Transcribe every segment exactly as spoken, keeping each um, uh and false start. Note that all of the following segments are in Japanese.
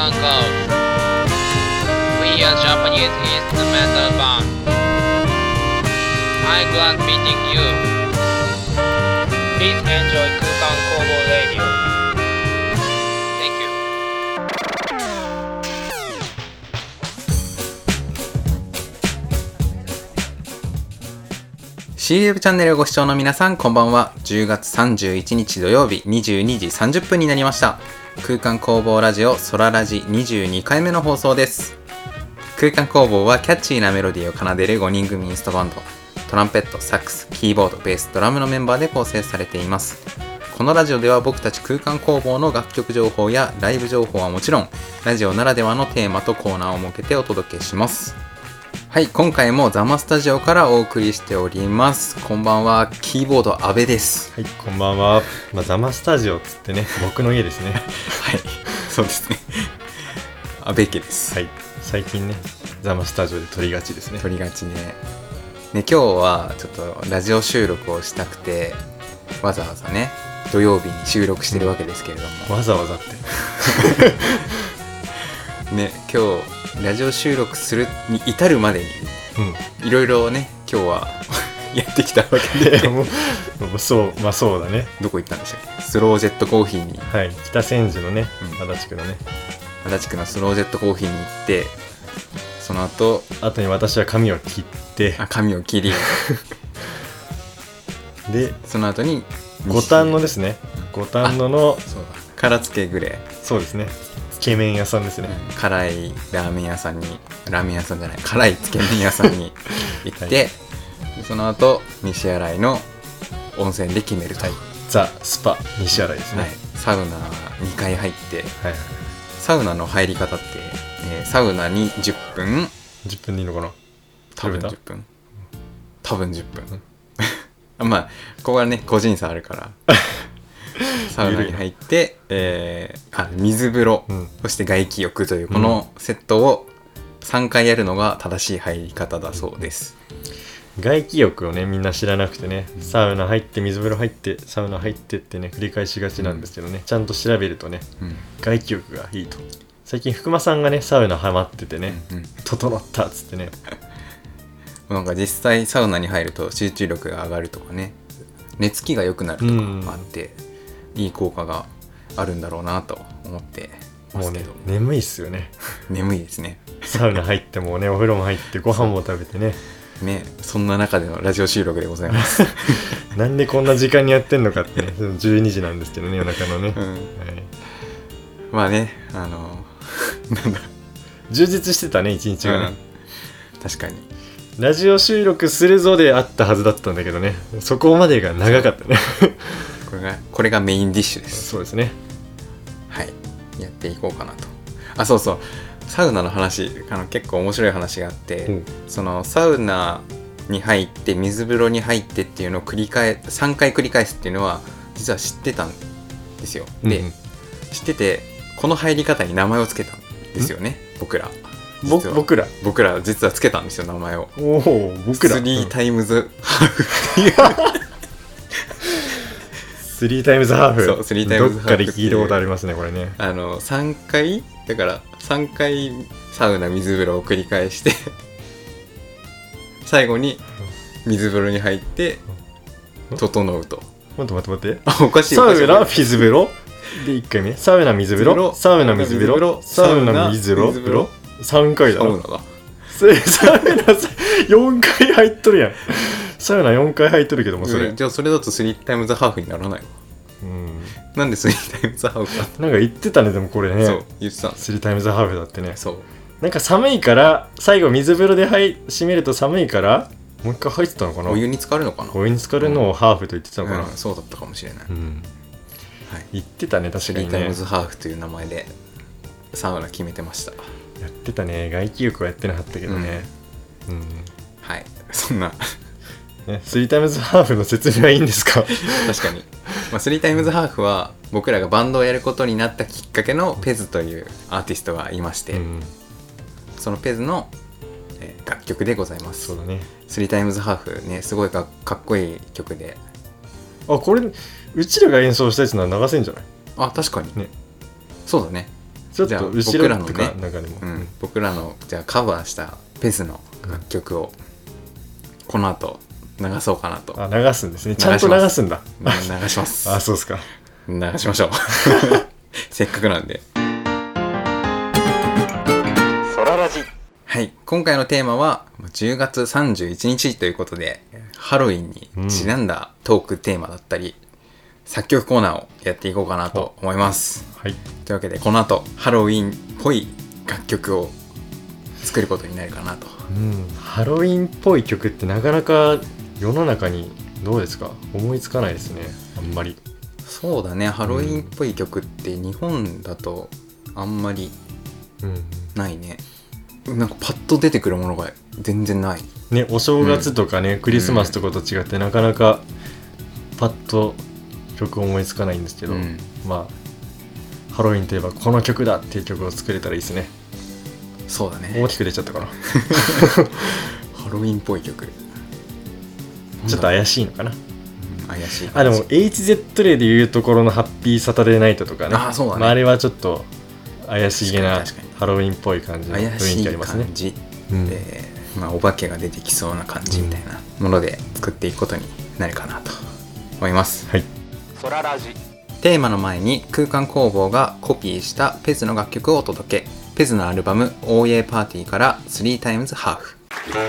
Code. We are Japanese instrumental band. I'm glad meeting you. Please enjoy 空間工房 Radio. Thank you. シーユー チャンネルをご視聴の皆さん、こんばんは。じゅうがつさんじゅういちにち土曜日にじゅうにじさんじゅっぷんになりました。空間工房ラジオソララジにじゅうにかいめの放送です。空間工房はキャッチーなメロディーを奏でるごにん組インストバンド、トランペット、サックス、キーボード、ベース、ドラムのメンバーで構成されています。このラジオでは僕たち空間工房の楽曲情報やライブ情報はもちろん、ラジオならではのテーマとコーナーを設けてお届けします。はい、今回もザマスタジオからお送りしております。こんばんは、キーボード阿部です。 はい、こんばんは。まあ、ザマスタジオっつってね、僕の家ですね。 はい、そうですね。阿部家です。 はい、最近ね、ザマスタジオで撮りがちですね。 撮りがちね。ね、今日はちょっとラジオ収録をしたくて、わざわざね、土曜日に収録してるわけですけれども。 わざわざって。 ね、今日ラジオ収録するに至るまでにいろいろね今日はやってきたわけでもうもうそうまあそうだね。 どこ行ったんでしたっけ？スロージェットコーヒーに、 はい、北千住のね、 うん、 足立区のね足立区のスロージェットコーヒーに行って、その後後に私は髪を切ってあ髪を切りでその後に五反野ですね。五反野のそうだ唐津家グレー、 そうですね、つけ麺屋さんですね、 うん、辛いラーメン屋さんにラーメン屋さんじゃない辛いつけ麺屋さんに行って、はい、その後西新井の温泉で決めると、はい、 ザ・スパ西新井ですね、はい、 サウナにかい入って、はいはい、サウナの入り方って、えー、サウナにじゅっぷんじゅっぷんでいいのかな。 多分じゅっぷん多分じゅっぷん、うん、まあここはね個人差あるからサウナに入って、えー、あ水風呂、うん、そして外気浴というこのセットをさんかいやるのが正しい入り方だそうです。 外気浴をねみんな知らなくてね、サウナ入って水風呂入ってサウナ入ってってね繰り返しがちなんですけどね、うん、ちゃんと調べるとね、うん、外気浴がいいと。最近福間さんがねサウナハマっててね、うんうん、整ったっつってねなんか実際サウナに入ると集中力が上がるとかね、寝つきが良くなるとかあって、うん、いい効果があるんだろうなと思ってますけど、 もうね眠いっすよね眠いですね。サウナ入ってもねお風呂も入ってご飯も食べてねね、そんな中でのラジオ収録でございますなんでこんな時間にやってんのかってねじゅうにじなんですけどね、夜中のね、うん、はい、 まあねあのなんだ充実してたね一日がね、 うん、確かにラジオ収録するぞであったはずだったんだけどね、そこまでが長かったねこれがこれがメインディッシュです。 そうですね、 はい、やっていこうかなと。あ、そうそう、サウナの話、あの結構面白い話があって、うん、そのサウナに入って水風呂に入ってっていうのを繰り返さんかい繰り返すっていうのは実は知ってたんですよ。で、うんうん、知っててこの入り方に名前をつけたんですよね、僕ら。 僕ら僕ら実はつけたんですよ、名前を。 おお、僕らスリータイムズハーフっていうスリータイムズハーフ、 そうスリータイムズハーフどっかで聞いたことありますねこれね。 あのさんかいだからさんかいサウナ水風呂を繰り返して最後に水風呂に入って整うと。 待って待って待って、 あ、おかしいサウナ水風呂でいっかいめサウナ水風呂サウナ水風呂サウナ水風呂さんかいだろ。サウナよんかい入っとるやん。サウナよんかい入っとるけども、それ、 うん、じゃあそれだとスリータイムズハーフにならないわ。うん、なんでスリータイムズハーフかなんか言ってたね。でもこれね、 そう言ってた、 スリータイムズハーフだってね。 そうなんか寒いから最後水風呂で入締めると寒いからもう一回入ってたのかな。 お湯に浸かるのかな。 お湯に浸かるのをハーフと言ってたのかな、 うんうん、そうだったかもしれない、うん、 はい、言ってたね。確かにね、 スリータイムズハーフという名前でサウナ決めてました。 やってたね。外気浴はやってなかったけどね、うん、うん、 はい、そんなね、スリータイムズハーフの説明はいいんですか。 確かに、まあ、スリータイムズハーフは僕らがバンドをやることになったきっかけのペズというアーティストがいまして、うん、そのペズの、えー、楽曲でございます。 そうだね、 スリータイムズハーフね、すごいか、かっこいい曲で。 あ、これうちらが演奏したやつなら流せんじゃない。 あ、確かにね、 そうだね。 ちょっじゃあと後僕らのねろとか中でも、 うん、僕らのじゃあカバーしたペズの楽曲をこの後流そうかなと。 あ流すんですね。ちゃんと流すんだ。 流しますあそうですか。 流しましょうせっかくなんで。 ソララジ。 はい、今回のテーマはじゅうがつさんじゅういちにちということで、ハロウィンにちなんだトークテーマだったり、うん、作曲コーナーをやっていこうかなと思います。 はい、 というわけでこの後ハロウィンっぽい楽曲を作ることになるかなと、 うん、ハロウィンっぽい曲ってなかなか世の中にどうですか、思いつかないですね、あんまり。 そうだね、ハロウィンっぽい曲って日本だとあんまりないね、うん、なんかパッと出てくるものが全然ないね。お正月とかね、うん、クリスマスとかと違ってなかなかパッと曲思いつかないんですけど、うん、まあハロウィンといえばこの曲だっていう曲を作れたらいいですね。 そうだね、 大きく出ちゃったかなハロウィンっぽい曲ちょっと怪しいのかな、 うん、怪しい。 あでも エイチゼット レイでいうところのハッピーサタデーナイトとかね、 あ, そうだね、 まあ、あれはちょっと怪しげなハロウィンっぽい感じの雰囲気ありますね。 怪しい感じで、うん、まあ、お化けが出てきそうな感じみたいなもので作っていくことになるかなと思います。 はい。 ソララジ。 テーマの前に空間工房がコピーしたペズの楽曲をお届け。ペズのアルバム オーエー パーティーからスリータイムズハーフ。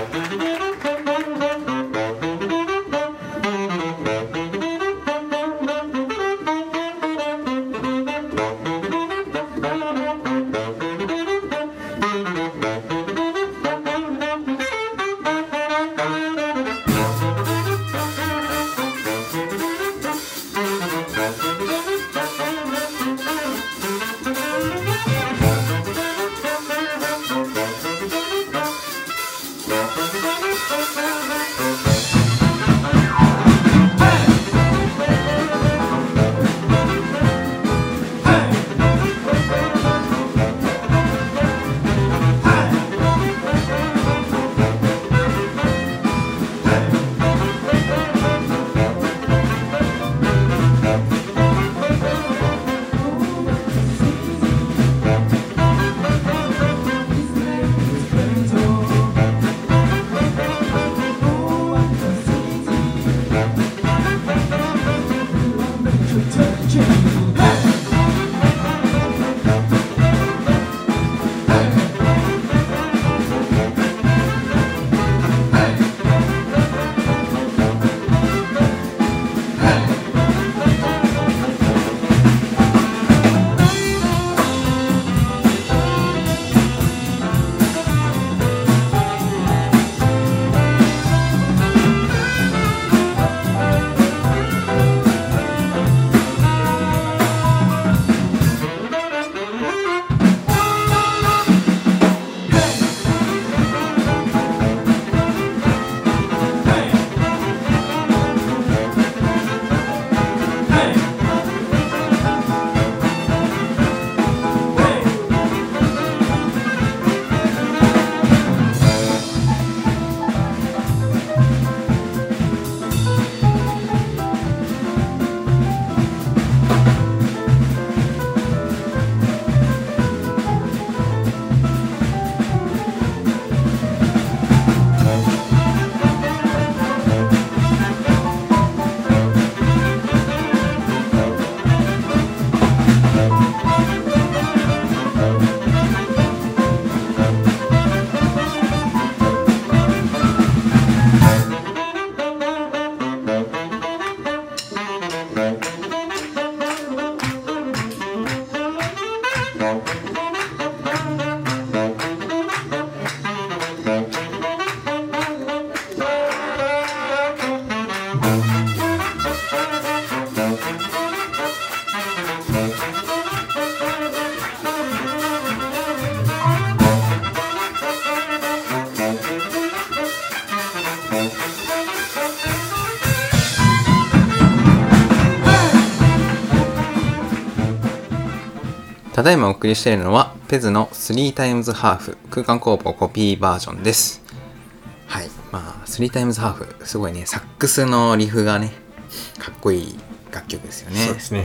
ただいまお送りしているのはペズのスリータイムズハーフ空間工房コピーバージョンです。はい、まあスリータイムズハーフすごいね、サックスのリフがねかっこいい楽曲ですよね。 そうですね。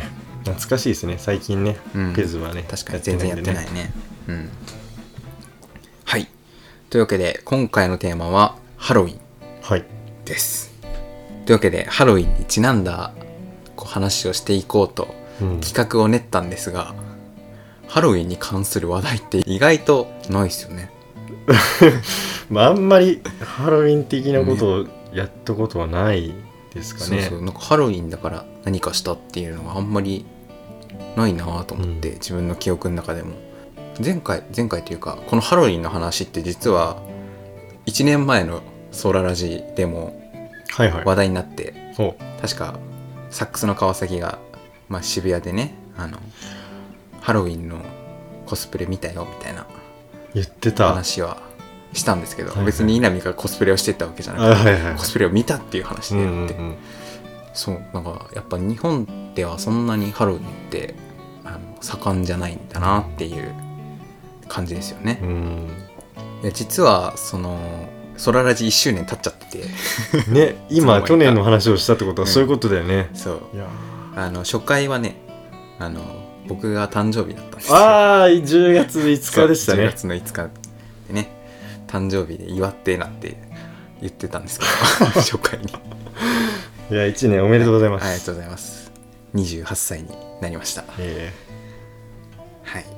懐かしいですね最近ね、 うん、 ペズはね確かに全然やってないね。うん。はい。というわけで今回のテーマはハロウィンです。 はい、 というわけでハロウィンにちなんだこう話をしていこうと企画を練ったんですが、うん、ハロウィンに関する話題って意外とないですよね。 まああんまりハロウィン的なことをやったことはないですかね。 そうそう、なんかハロウィンだから何かしたっていうのがあんまりないなと思って、うん、自分の記憶の中でも前回前回というかこのハロウィンの話って実はいちねんまえのソーララジでも話題になって、はいはい、確かサックスの川崎が、まあ、渋谷でねあのハロウィンのコスプレ見たよみたいな言ってた話はしたんですけど、 はいはい、 別に稲見がコスプレをしてたわけじゃなくて、はいはい、コスプレを見たっていう話であって、うんうんうん、そうなんかやっぱ日本ではそんなにハロウィンってあの盛んじゃないんだなっていう感じですよね。うん、いや実はそのソララジいっしゅうねん経っちゃっててね今去年の話をしたってことはそういうことだよね、 うん、そういやあの初回はねあの僕が誕生日だったんですよ。 ああじゅうがついつかでしたね。 じゅうがつのいつかでね誕生日で祝ってなって言ってたんですけど初回にいやいちねんおめでとうございます、 はい、ありがとうございます。にじゅうはっさいになりました。 えー、はい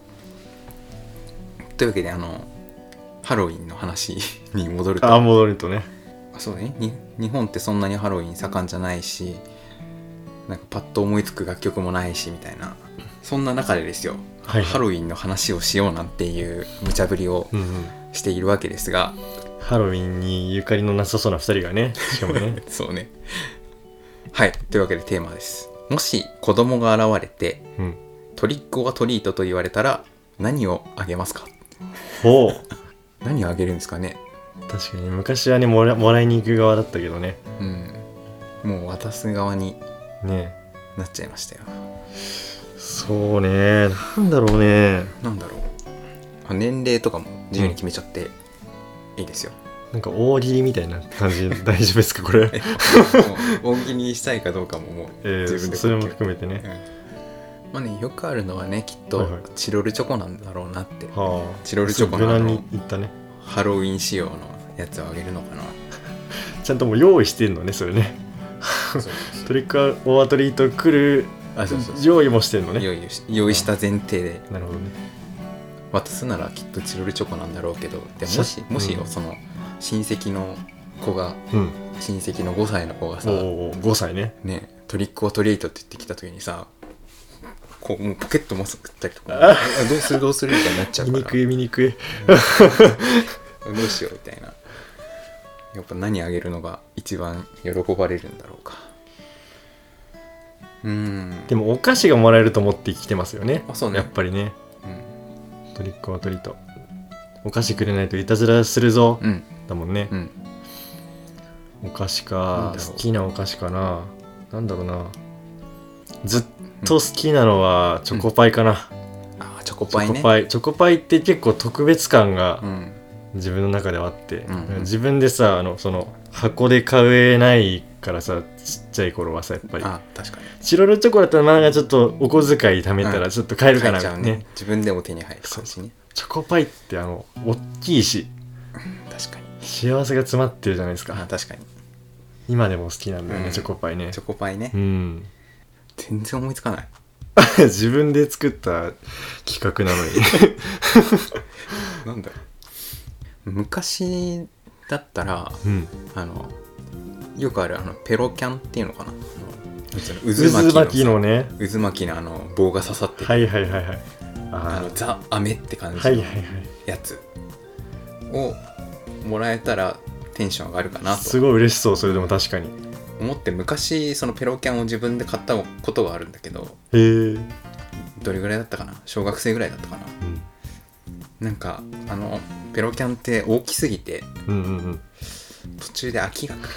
というわけであのハロウィンの話に戻るとあ戻るとねそうねに日本ってそんなにハロウィン盛んじゃないしなんかパッと思いつく楽曲もないしみたいなそんな中でですよ、はいはい、ハロウィンの話をしようなんていう無茶ぶりをしているわけですが、 うんうん、ハロウィンにゆかりのなさそうなふたりがねしかもねそうねはいというわけでテーマです。もし子供が現れて、うん、トリックオアトリートと言われたら何をあげますか。 ほう何をあげるんですかね。 確かに昔はねもら、もらいに行く側だったけどね、 うん、もう渡す側にねなっちゃいましたよ。 そうねなんだろうねなんだろう年齢とかも自由に決めちゃっていいですよ、 うん、なんか大喜利みたいな感じ大丈夫ですかこれ大喜利にしたいかどうかももう自分で、 えー、それも含めてね、 うん、まあねよくあるのはねきっと、はいはい、チロルチョコなんだろうなって、 はあ、 チロルチョコの無難に言ったねハロウィン仕様のやつをあげるのかなちゃんともう用意してんのねそれねそうそうそうトリックオアトリート来るあそうそうそう用意もしてんのね用意し用意した前提でなるほどね渡すならきっとチロルチョコなんだろうけどでもしもしよ、うん、その親戚の子が、うん、親戚のごさいの子がさおごさいねねトリックオアトリートって言ってきた時にさこうもうポケットもすくったりとかどうするどうするみたいになっちゃうから見にくい見にくいどうしようみたいなやっぱ何あげるのが一番喜ばれるんだろうか。うーんでもお菓子がもらえると思ってきてますよね。 あそうねやっぱりね、うん、トリックオアトリートお菓子くれないといたずらするぞ、うん、だもんね、うん、お菓子か好きなお菓子かななんだろうなずっと好きなのはチョコパイかな、うん、 あチョコパイねチョコパイチョコパイって結構特別感が自分の中ではあって、うんうん、自分でさあのその箱で買えないからさちっちゃい頃はさやっぱりあ確かにチロルチョコだったらなんかちょっとお小遣い貯めたらちょっと買えるかなみたいな、ねね、自分でも手に入る感じね。 チョコパイってあの大きいし、 うん、確かに幸せが詰まってるじゃないですか。 あ確かに今でも好きなんだよね、うん、チョコパイねチョコパイね、 うん、 全然思いつかない自分で作った企画なのになんだろう昔だったら、うん、あのよくあるあのペロキャンっていうのかな渦巻きのね渦巻きのあの棒が刺さってるはいはいはいはいああのザ・アメって感じのやつをもらえたらテンション上がるかなとすごい嬉しそうそれでも確かに思って昔そのペロキャンを自分で買ったことがあるんだけどへえどれぐらいだったかな小学生ぐらいだったかな、うん、なんかあのペロキャンって大きすぎて、うんうんうん、途中で飽きが来る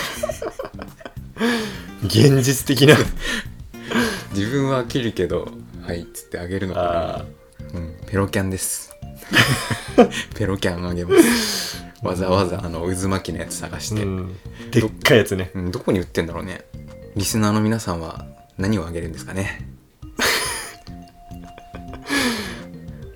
現実的な自分は飽きるけどはいっつってあげるのかな、うん、ペロキャンですペロキャンあげますわざわざあの渦巻きのやつ探して、うん、 でっかいやつねど, どこに売ってんだろうね。リスナーの皆さんは何をあげるんですかね。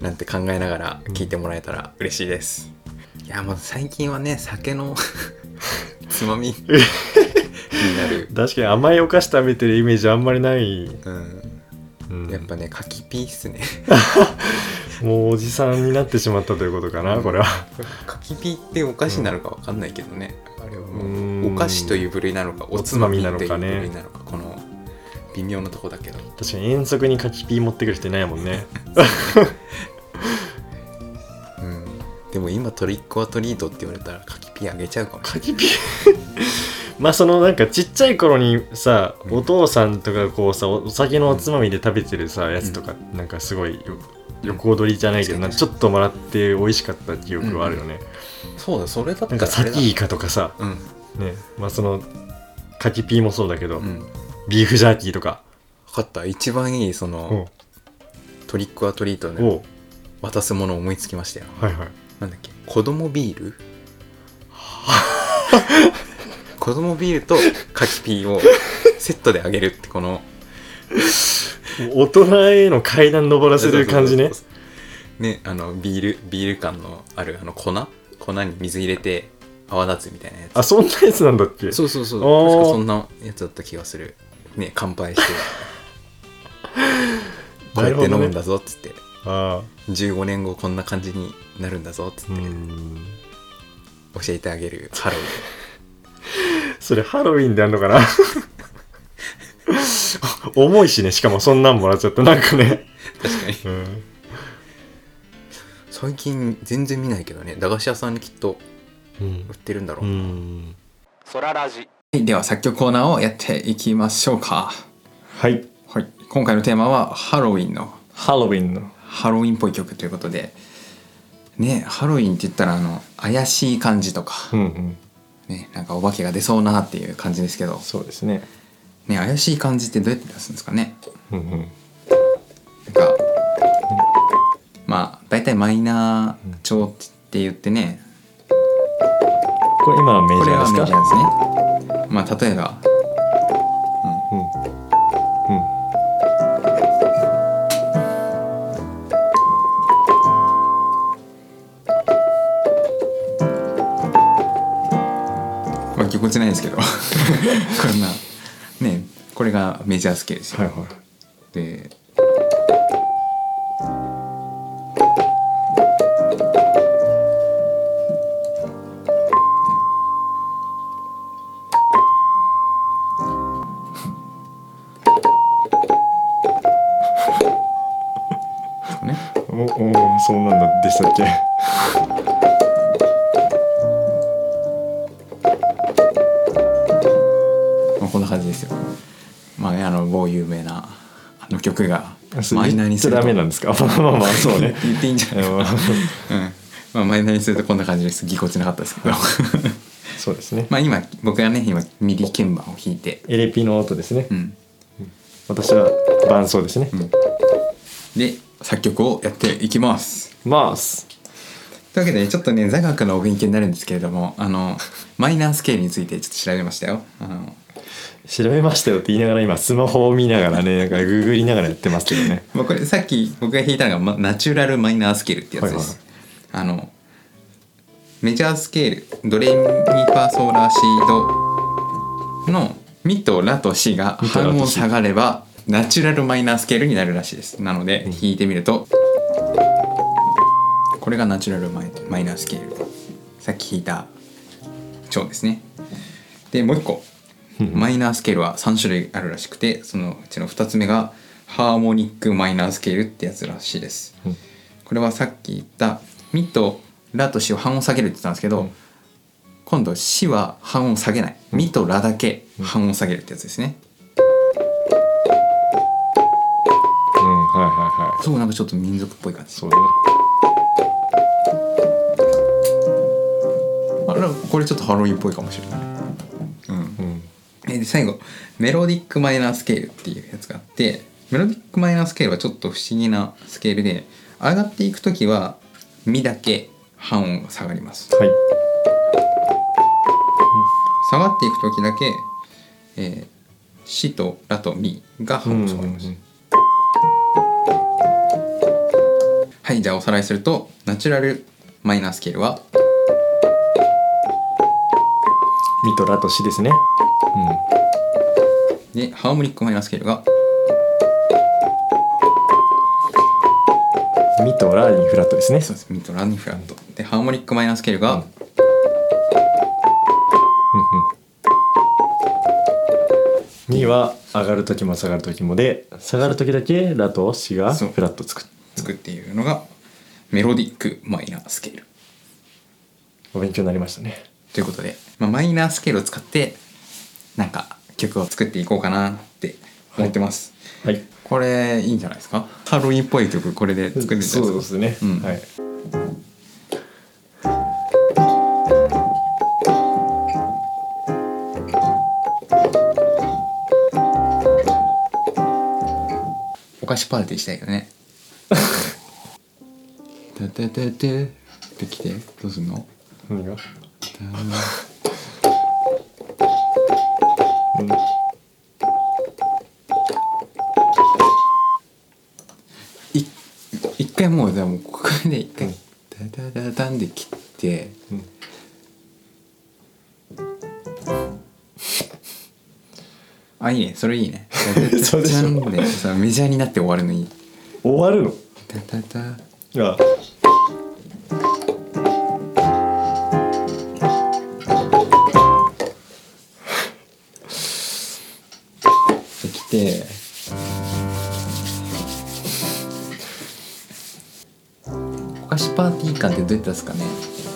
なんて考えながら聞いてもらえたら嬉しいです。いやもう最近はね酒のつまみになる。 確かに甘いお菓子食べてるイメージあんまりない、 うんうん、やっぱね柿ピーっすねもうおじさんになってしまったということかな、これは。 柿ピーってお菓子なのか分かんないけどね、うん、あれはもうお菓子という部類なのかおつまみっていう部類なのか、この微妙なとこだけど。 確かに遠足に柿ピー持ってくる人いないもんねうん、でも今トリックオアトリートって言われたら柿ピーあげちゃうかもしれない。 柿ピーまあそのなんかちっちゃい頃にさ、うん、お父さんとかこうさお酒のおつまみで食べてるさ、うん、やつとかなんかすごい横踊りじゃないけど、うん、なんかちょっともらって美味しかった記憶はあるよね、 うん、そうだそれだったらなんかサキイカとかさ、うん、ねまあその柿ピーもそうだけど、うん、ビーフジャーキーとか分かった。一番いいそのトリックオアトリートで渡すものを思いつきましたよ。 はいはい。 なんだっけ、子供ビール子供ビールと柿ピーをセットであげるってこの大人への階段登らせる感じね。 ね、あのビールビール感のあるあの粉粉に水入れて泡立つみたいなやつ。 あ、そんなやつなんだっけ。 そうそうそう、確かそんなやつだった気がするね。乾杯してこうやって飲むんだぞっつって、ね、あじゅうごねんごこんな感じになるんだぞっつって教えてあげるハロウィンそれハロウィンであんのかな重いしね、しかもそんなんもらっちゃったなんかね確かに、うん、最近全然見ないけどね。駄菓子屋さんにきっと売ってるんだろうな。うん、ソララジ。では作曲コーナーをやっていきましょうか。 はい、 はい、今回のテーマはハロウィンのハロウィンのハロウィンっぽい曲ということでね。ハロウィンって言ったらあの怪しい感じとか、うんうんね、なんかお化けが出そうなっていう感じですけど。 そうですね。 ね、怪しい感じってどうやって出すんですかね。うんうん、なんか、うん、まあ大体マイナー調って言ってね、 これ今のメジャーですか。 これはメジャーですね。まあ例えば、うんうんうん、まあぎこちないですけどこんなね、これがメジャースケールですよ。はいはい、でね、 おお、そうなんだでしたっけまあこんな感じですよ。まあね、あの某有名なあの曲がマイナーにするとダメなんですか。まあまあまあそうね言っていいんじゃないですか、うんまあ、マイナーにするとこんな感じです。ぎこちなかったですけどそうですね。 まあ今僕がね今ミディ鍵盤を弾いてエレピの音ですね、うん、私は伴奏ですね、うん、 で作曲をやっていきますますというわけでちょっとね座学のお勉強になるんですけれども、あのマイナースケールについてちょっと調べましたよ。あの調べましたよって言いながら今スマホを見ながらね、なんかググりながらやってますけどねまあこれさっき僕が弾いたのが、ま、ナチュラルマイナースケールってやつです、はいはい、あのメジャースケールドレミファソラシドのミとラとシが半音下がればナチュラルマイナースケールになるらしいです。なので、うん、弾いてみるとこれがナチュラルマイ、マイナースケール、さっき弾いた調ですね。でもう一個マイナースケールはさん種類あるらしくて、そのうちのふたつめがハーモニックマイナースケールってやつらしいです、うん、これはさっき言ったミとラとシを半音下げるって言ったんですけど、うん、今度シは半音下げない、ミとラだけ半音下げるってやつですね、 うん、はいはいはい。 そうなんかちょっと民族っぽい感じ。 そうだね。 あらこれちょっとハロウィンっぽいかもしれない。うん、うんで最後メロディックマイナースケールっていうやつがあって、メロディックマイナースケールはちょっと不思議なスケールで、上がっていくときはミだけ半音が下がります、はい、下がっていくときだけ、えー、シとラとミが半音下がります、うんうんうん、 はい、じゃあおさらいすると、ナチュラルマイナースケールはミとラとシですね。 で、ハーモニックマイナースケールがうん。ミとラにフラットですね。 そうです、ミとラにフラットで、ハーモニックマイナースケールが、 うんうん、ミは上がる時も下がる時もで、下がる時だけラとシがそうフラットつくつくっていうのがメロディックマイナースケールお勉強になりましたね。 ということで、まあ、マイナースケールを使ってなんか曲を作っていこうかなって思ってます、 はい、 これいいんじゃないですか。ハロウィンっぽい曲これで作れるんじゃないですか。 そうですね、 うんはい。 お菓子パーティーしたいよね。タタタタってきてどうすんの？ 何が？ い一回もうじゃあもうここで一回タタタタンで切って、 うん、 あいいね、それいいね。 そうでしょ。 タタタタンでさメジャーになって終わるのいい。 終わるの？ タタタあできて、お菓子パーティー感ってどうやったんですかね。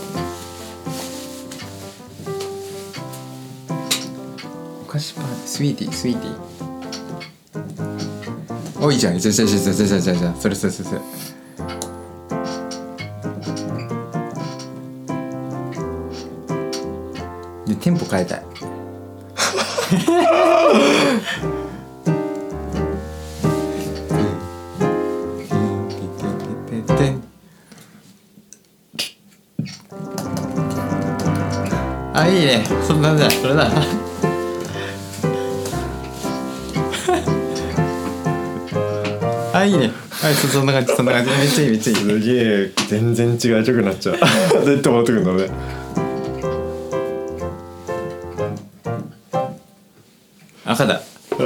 お菓子パーティー、スイーティースイーティーおいいじゃん、じゃじゃじゃじゃじゃじゃじゃじゃそれそれそれそれでテンポ変えたい。あ、いいね、そんなんだ、それだ。あ、いいね。はい、そそんな感じ、そんな感じ、めっちゃいい、めっちゃいい。 すげえ全然違う曲になっちゃう。絶対戻ってくるのね。 赤だ。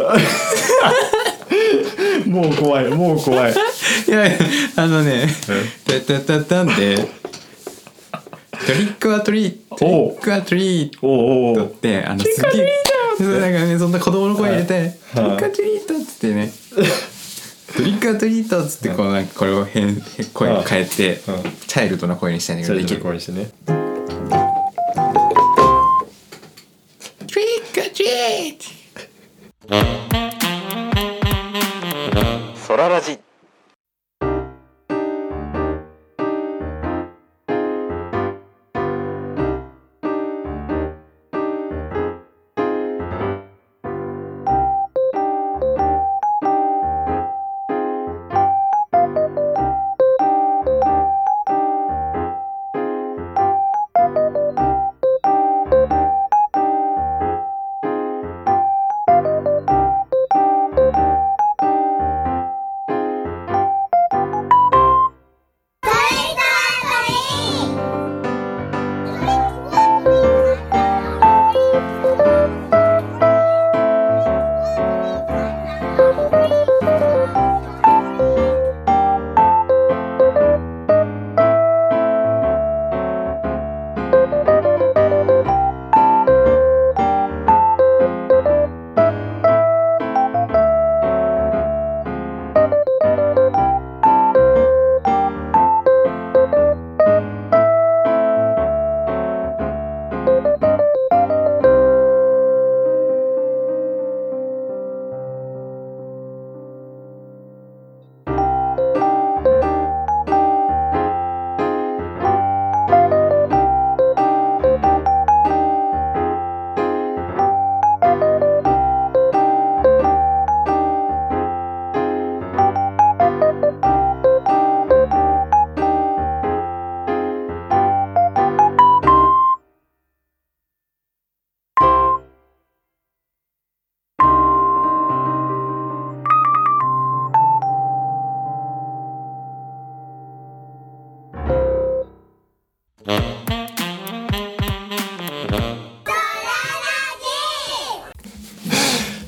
もう怖い、もう怖い。 いやいや、あのね、タタタタンでトリックはトリート、トリックはトリーおうおうおう。 トって、あのすげえ、そうなんかね、そんな子供の声入れて、トリックはトリートっつってね、トリックはトリートっつってこうなんかこれを変声を変えて、チャイルドな声にしたいんだけど、できる。 声にしてね。 トリックはトリート。 ソララジ。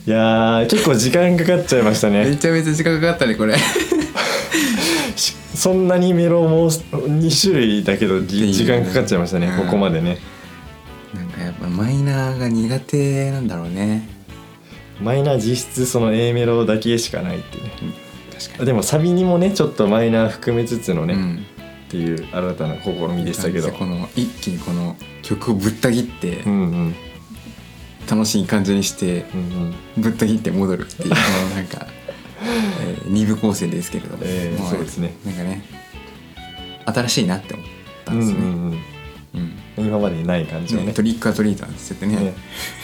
いやー結構時間かかっちゃいましたね。 めちゃめちゃ時間かかったねこれそんなにメロもに種類だけどじ時間かかっちゃいましたね、 うん、 ここまでね。 なんかやっぱマイナーが苦手なんだろうね。 マイナー実質その A メロだけしかないっていうね、 うん、確かに。 でもサビにもねちょっとマイナー含めつつのね、 うん、 っていう新たな試みでしたけど、 この一気にこの曲をぶった切って、 うんうん、 楽しい感じにして、 うんうん、 ぶった切って戻るっていうこのなんかえー、に部構成ですけれども、 えーもうそうですね、 なんかね新しいなって思ったんですね、 うんうんうんうん、今までにない感じをね、 ねトリックアトリートなんですよね、ね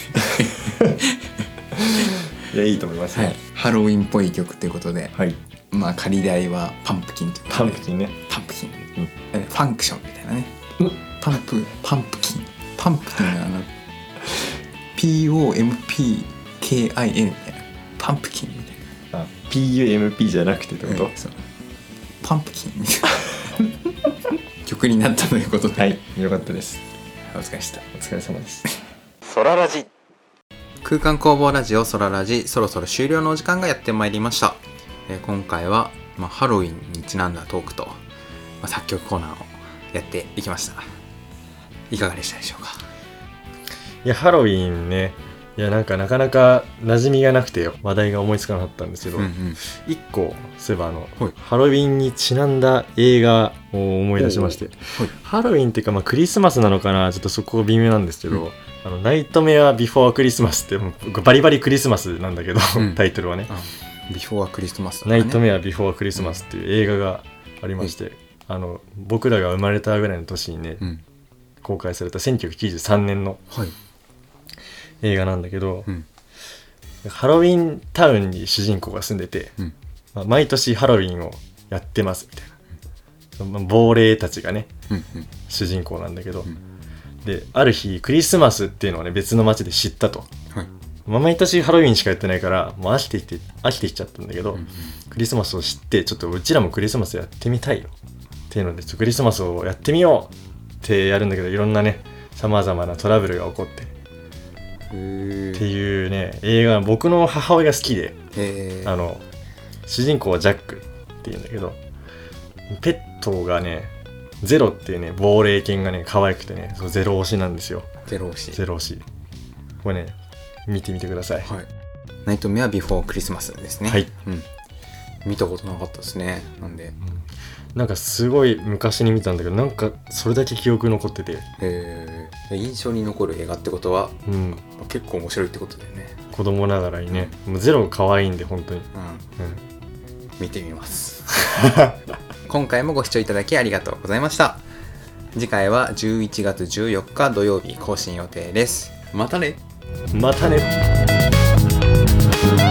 いやいいと思いますね、 はい、ハロウィンっぽい曲ということで、 はい、 まあ仮題はパンプキンということで、 パンプキンね、 パンプキン、 うんえファンクションみたいなね、 うん、 パンプパンプキンパンプキンがあの ピーオーエムピーケーアイエヌ みたいなパンプキンみたいな、 あ ピーユーエムピー じゃなくてってこと、 うん、そうパンプキンみたいな曲になったということで、 はい、よかったです。 お疲れでした。 お疲れ様です。 ソララジ空間工房ラジオソララジ、そろそろ終了のお時間がやってまいりました。えー、今回は、まあ、ハロウィンにちなんだトークと、まあ、作曲コーナーをやっていきました。いかがでしたでしょうか。 いやハロウィンね、いやなんかなかなか馴染みがなくて話題が思いつかなかったんですけど、 うんうん、 一個そういえばあの、 はい、 ハロウィンにちなんだ映画を思い出しまして、はい、ハロウィンっていうか、まあ、クリスマスなのかな、ちょっとそこ微妙なんですけど、うん、あのナイトメアビフォークリスマスってもうバリバリクリスマスなんだけど、うん、タイトルはね、 ビフォークリスマス、 ね、ナイトメアビフォークリスマスっていう映画がありまして、うん、あの僕らが生まれたぐらいの年にね、うん、公開されたせんきゅうひゃくきゅうじゅうさんねんの映画なんだけど、うん、ハロウィンタウンに主人公が住んでて、うん、まあ、毎年ハロウィンをやってますみたいな、うん、まあ、亡霊たちがね、うんうん、主人公なんだけど、うん、である日クリスマスっていうのをね別の街で知ったと、はい、まあ、毎年ハロウィンしかやってないからもう飽きてきて飽きてきちゃったんだけど、うんうん、クリスマスを知ってちょっとうちらもクリスマスやってみたいよっていうのでちょっとクリスマスをやってみようってやるんだけど、いろんなねさまざまなトラブルが起こってっていうね映画、僕の母親が好きで、あの主人公はジャックっていうんだけど、ペットがねゼロっていうね亡霊犬がね可愛くてね、そうゼロ推しなんですよ。 ゼロ推しゼロ推しこれね見てみてください。 はい、ナイトメアビフォークリスマスですね。 はい、 うん、見たことなかったですね。なんで、うん、 なんかすごい昔に見たんだけど、なんかそれだけ記憶残ってて、 へー、印象に残る映画ってことは、うん、結構面白いってことだよね。 子供ながらにね、もうゼロ可愛いんで本当に、 うんうん、見てみます今回もご視聴いただきありがとうございました。次回はじゅういちがつじゅうよっか土曜日更新予定です。またね。 またね。